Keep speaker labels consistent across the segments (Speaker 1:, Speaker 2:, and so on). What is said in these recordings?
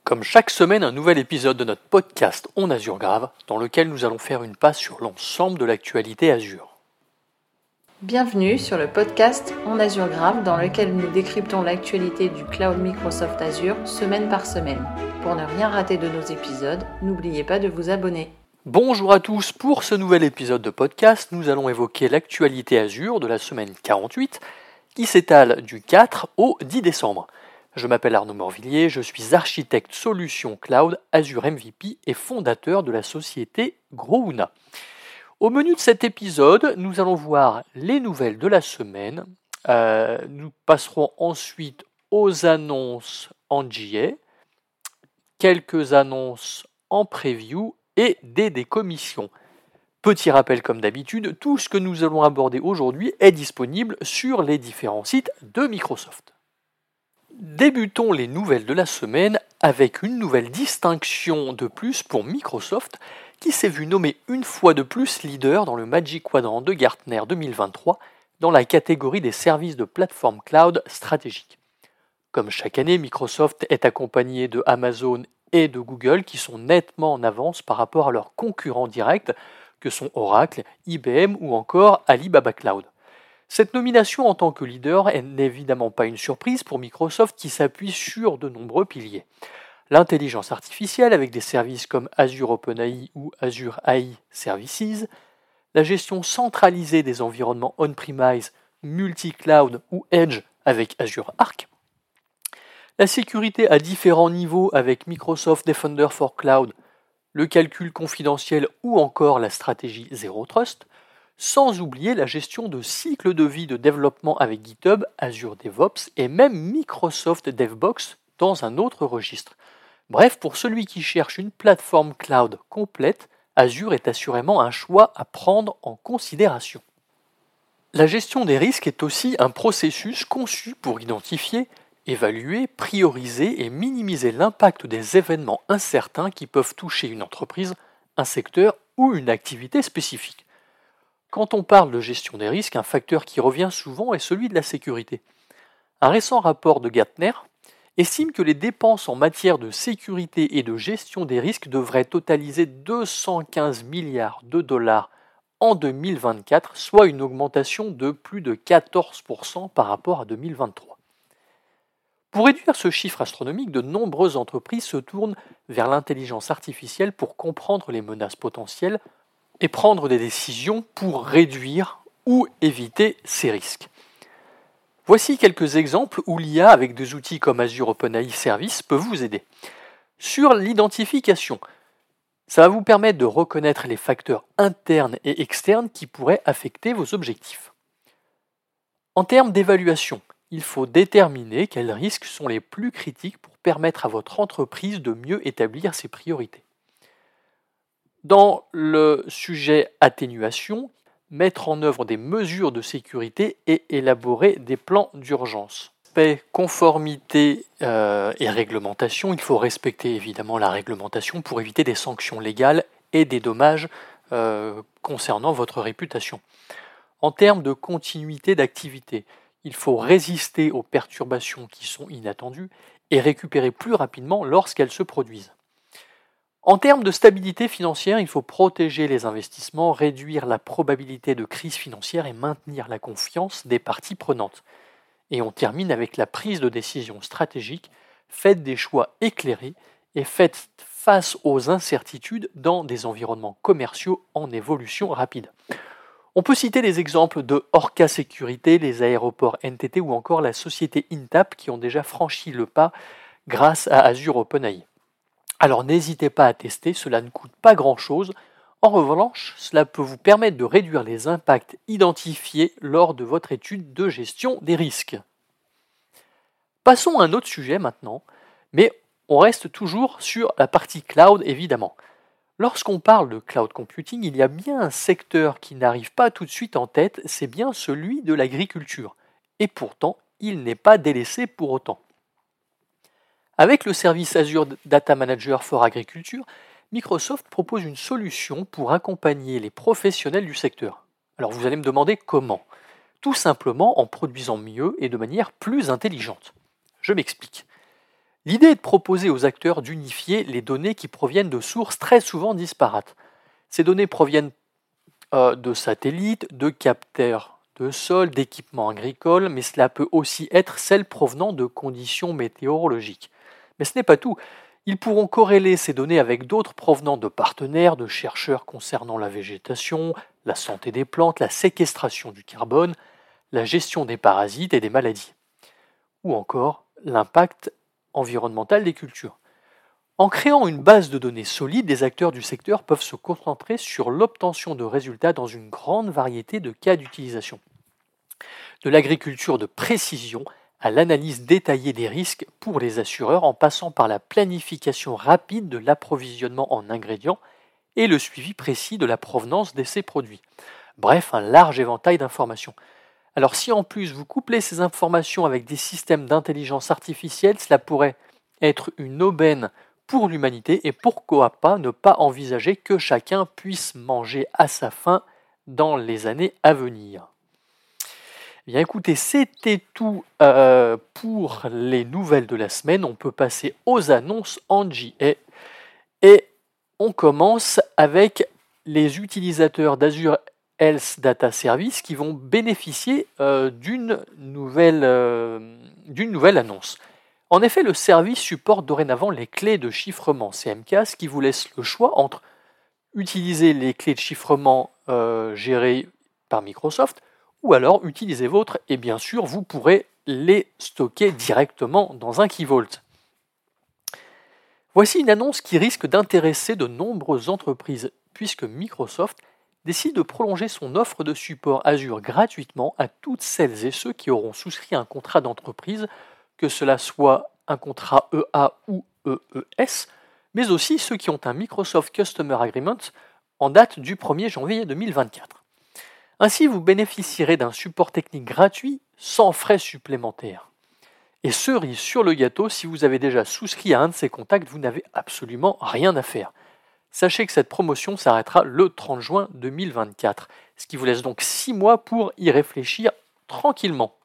Speaker 1: Comme chaque semaine, un nouvel épisode de notre podcast On Azure Grave, dans lequel nous allons faire une passe sur l'ensemble de l'actualité Azure.
Speaker 2: Bienvenue sur le podcast On Azure Grave, dans lequel nous décryptons l'actualité du cloud Microsoft Azure semaine par semaine. Pour ne rien rater de nos épisodes, n'oubliez pas de vous abonner.
Speaker 1: Bonjour à tous, pour ce nouvel épisode de podcast, nous allons évoquer l'actualité Azure de la semaine 48, qui s'étale du 4 au 10 décembre. Je m'appelle Arnaud Morvillier, je suis architecte solution cloud Azure MVP et fondateur de la société Grouna. Au menu de cet épisode, nous allons voir les nouvelles de la semaine. Nous passerons ensuite aux annonces en GA, quelques annonces en preview et des décommissions. Petit rappel comme d'habitude, tout ce que nous allons aborder aujourd'hui est disponible sur les différents sites de Microsoft. Débutons les nouvelles de la semaine avec une nouvelle distinction de plus pour Microsoft qui s'est vu nommer une fois de plus leader dans le Magic Quadrant de Gartner 2023 dans la catégorie des services de plateforme cloud stratégique. Comme chaque année, Microsoft est accompagné de Amazon et de Google qui sont nettement en avance par rapport à leurs concurrents directs que sont Oracle, IBM ou encore Alibaba Cloud. Cette nomination en tant que leader n'est évidemment pas une surprise pour Microsoft qui s'appuie sur de nombreux piliers. L'intelligence artificielle avec des services comme Azure OpenAI ou Azure AI Services, la gestion centralisée des environnements on-premise, multi-cloud ou edge avec Azure Arc, la sécurité à différents niveaux avec Microsoft Defender for Cloud, le calcul confidentiel ou encore la stratégie Zero Trust, sans oublier la gestion de cycle de vie de développement avec GitHub, Azure DevOps et même Microsoft DevBox dans un autre registre. Bref, pour celui qui cherche une plateforme cloud complète, Azure est assurément un choix à prendre en considération. La gestion des risques est aussi un processus conçu pour identifier, évaluer, prioriser et minimiser l'impact des événements incertains qui peuvent toucher une entreprise, un secteur ou une activité spécifique. Quand on parle de gestion des risques, un facteur qui revient souvent est celui de la sécurité. Un récent rapport de Gartner estime que les dépenses en matière de sécurité et de gestion des risques devraient totaliser 215 milliards de dollars en 2024, soit une augmentation de plus de 14% par rapport à 2023. Pour réduire ce chiffre astronomique, de nombreuses entreprises se tournent vers l'intelligence artificielle pour comprendre les menaces potentielles et prendre des décisions pour réduire ou éviter ces risques. Voici quelques exemples où l'IA avec des outils comme Azure OpenAI Service peut vous aider. Sur l'identification, ça va vous permettre de reconnaître les facteurs internes et externes qui pourraient affecter vos objectifs. En termes d'évaluation, il faut déterminer quels risques sont les plus critiques pour permettre à votre entreprise de mieux établir ses priorités. Dans le sujet atténuation, mettre en œuvre des mesures de sécurité et élaborer des plans d'urgence. Aspect conformité et réglementation, il faut respecter évidemment la réglementation pour éviter des sanctions légales et des dommages concernant votre réputation. En termes de continuité d'activité, il faut résister aux perturbations qui sont inattendues et récupérer plus rapidement lorsqu'elles se produisent. En termes de stabilité financière, il faut protéger les investissements, réduire la probabilité de crise financière et maintenir la confiance des parties prenantes. Et on termine avec la prise de décision stratégique. Faites des choix éclairés et faites face aux incertitudes dans des environnements commerciaux en évolution rapide. On peut citer les exemples de Orca Sécurité, les aéroports NTT ou encore la société Intap qui ont déjà franchi le pas grâce à Azure OpenAI. Alors n'hésitez pas à tester, cela ne coûte pas grand-chose. En revanche, cela peut vous permettre de réduire les impacts identifiés lors de votre étude de gestion des risques. Passons à un autre sujet maintenant, mais on reste toujours sur la partie cloud évidemment. Lorsqu'on parle de cloud computing, il y a bien un secteur qui n'arrive pas tout de suite en tête, c'est bien celui de l'agriculture. Et pourtant, il n'est pas délaissé pour autant. Avec le service Azure Data Manager for Agriculture, Microsoft propose une solution pour accompagner les professionnels du secteur. Alors vous allez me demander comment ? Tout simplement en produisant mieux et de manière plus intelligente. Je m'explique. L'idée est de proposer aux acteurs d'unifier les données qui proviennent de sources très souvent disparates. Ces données proviennent de satellites, de capteurs de sol, d'équipements agricoles, mais cela peut aussi être celles provenant de conditions météorologiques. Mais ce n'est pas tout. Ils pourront corréler ces données avec d'autres provenant de partenaires, de chercheurs concernant la végétation, la santé des plantes, la séquestration du carbone, la gestion des parasites et des maladies, ou encore l'impact environnemental des cultures. En créant une base de données solide, les acteurs du secteur peuvent se concentrer sur l'obtention de résultats dans une grande variété de cas d'utilisation. De l'agriculture de précision à l'analyse détaillée des risques pour les assureurs en passant par la planification rapide de l'approvisionnement en ingrédients et le suivi précis de la provenance de ces produits. Bref, un large éventail d'informations. Alors si en plus vous couplez ces informations avec des systèmes d'intelligence artificielle, cela pourrait être une aubaine pour l'humanité et pourquoi pas ne pas envisager que chacun puisse manger à sa faim dans les années à venir. Bien écoutez, c'était tout pour les nouvelles de la semaine. On peut passer aux annonces en JA et on commence avec les utilisateurs d'Azure Health Data Service qui vont bénéficier d'une nouvelle annonce. En effet, le service supporte dorénavant les clés de chiffrement CMK, ce qui vous laisse le choix entre utiliser les clés de chiffrement gérées par Microsoft ou alors utiliser vôtres et bien sûr vous pourrez les stocker directement dans un Key Vault. Voici une annonce qui risque d'intéresser de nombreuses entreprises puisque Microsoft décide de prolonger son offre de support Azure gratuitement à toutes celles et ceux qui auront souscrit un contrat d'entreprise, que cela soit un contrat EA ou EES, mais aussi ceux qui ont un Microsoft Customer Agreement en date du 1er janvier 2024. Ainsi, vous bénéficierez d'un support technique gratuit sans frais supplémentaires. Et cerise sur le gâteau, si vous avez déjà souscrit à un de ces contacts, vous n'avez absolument rien à faire. Sachez que cette promotion s'arrêtera le 30 juin 2024, ce qui vous laisse donc 6 mois pour y réfléchir tranquillement.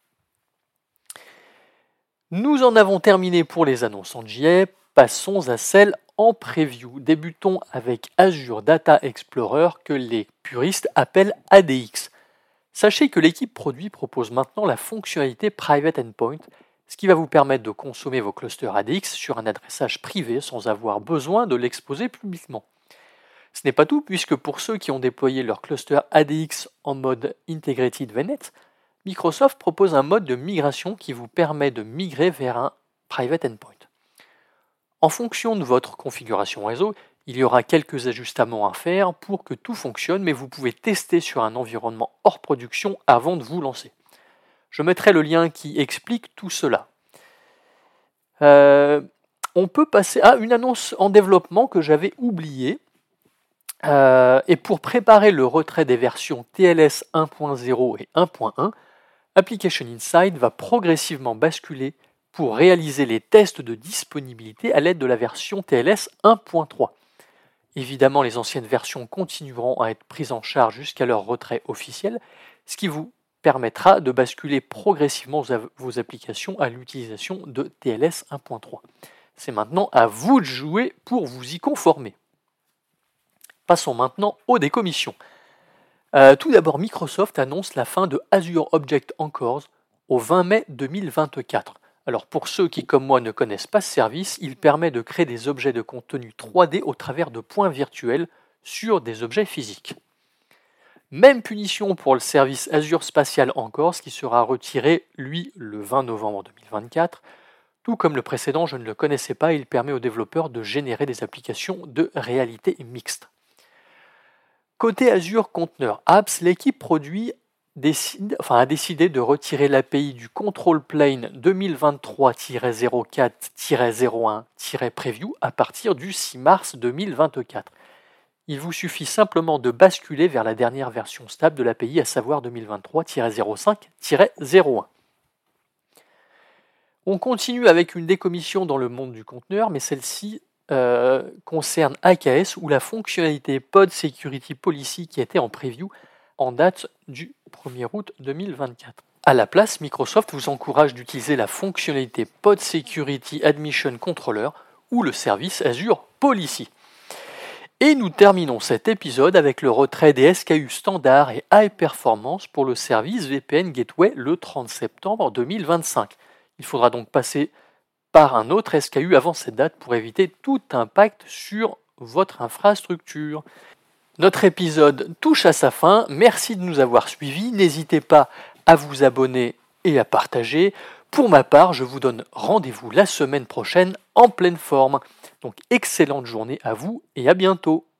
Speaker 1: Nous en avons terminé pour les annonces en JA, passons à celles en preview. Débutons avec Azure Data Explorer que les puristes appellent ADX. Sachez que l'équipe produit propose maintenant la fonctionnalité Private Endpoint, ce qui va vous permettre de consommer vos clusters ADX sur un adressage privé sans avoir besoin de l'exposer publiquement. Ce n'est pas tout puisque pour ceux qui ont déployé leur cluster ADX en mode Integrated VNet, Microsoft propose un mode de migration qui vous permet de migrer vers un Private Endpoint. En fonction de votre configuration réseau, il y aura quelques ajustements à faire pour que tout fonctionne, mais vous pouvez tester sur un environnement hors production avant de vous lancer. Je mettrai le lien qui explique tout cela. On peut passer à une annonce en développement que j'avais oubliée. Et pour préparer le retrait des versions TLS 1.0 et 1.1, Application Insight va progressivement basculer pour réaliser les tests de disponibilité à l'aide de la version TLS 1.3. Évidemment, les anciennes versions continueront à être prises en charge jusqu'à leur retrait officiel, ce qui vous permettra de basculer progressivement vos applications à l'utilisation de TLS 1.3. C'est maintenant à vous de jouer pour vous y conformer. Passons maintenant aux décommissions. Tout d'abord, Microsoft annonce la fin de Azure Object Anchors au 20 mai 2024. Alors pour ceux qui, comme moi, ne connaissent pas ce service, il permet de créer des objets de contenu 3D au travers de points virtuels sur des objets physiques. Même punition pour le service Azure Spatial Anchors qui sera retiré, lui, le 20 novembre 2024. Tout comme le précédent, je ne le connaissais pas, il permet aux développeurs de générer des applications de réalité mixte. Côté Azure Container Apps, l'équipe produit a décidé de retirer l'API du Control Plane 2023-04-01-preview à partir du 6 mars 2024. Il vous suffit simplement de basculer vers la dernière version stable de l'API, à savoir 2023-05-01. On continue avec une décommission dans le monde du conteneur, mais celle-ci concerne AKS où la fonctionnalité Pod Security Policy qui était en preview en date du 1er août 2024. À la place, Microsoft vous encourage d'utiliser la fonctionnalité Pod Security Admission Controller ou le service Azure Policy. Et nous terminons cet épisode avec le retrait des SKU standard et high performance pour le service VPN Gateway le 30 septembre 2025. Il faudra donc passer par un autre SKU avant cette date pour éviter tout impact sur votre infrastructure. Notre épisode touche à sa fin. Merci de nous avoir suivis. N'hésitez pas à vous abonner et à partager. Pour ma part, je vous donne rendez-vous la semaine prochaine en pleine forme. Donc excellente journée à vous et à bientôt.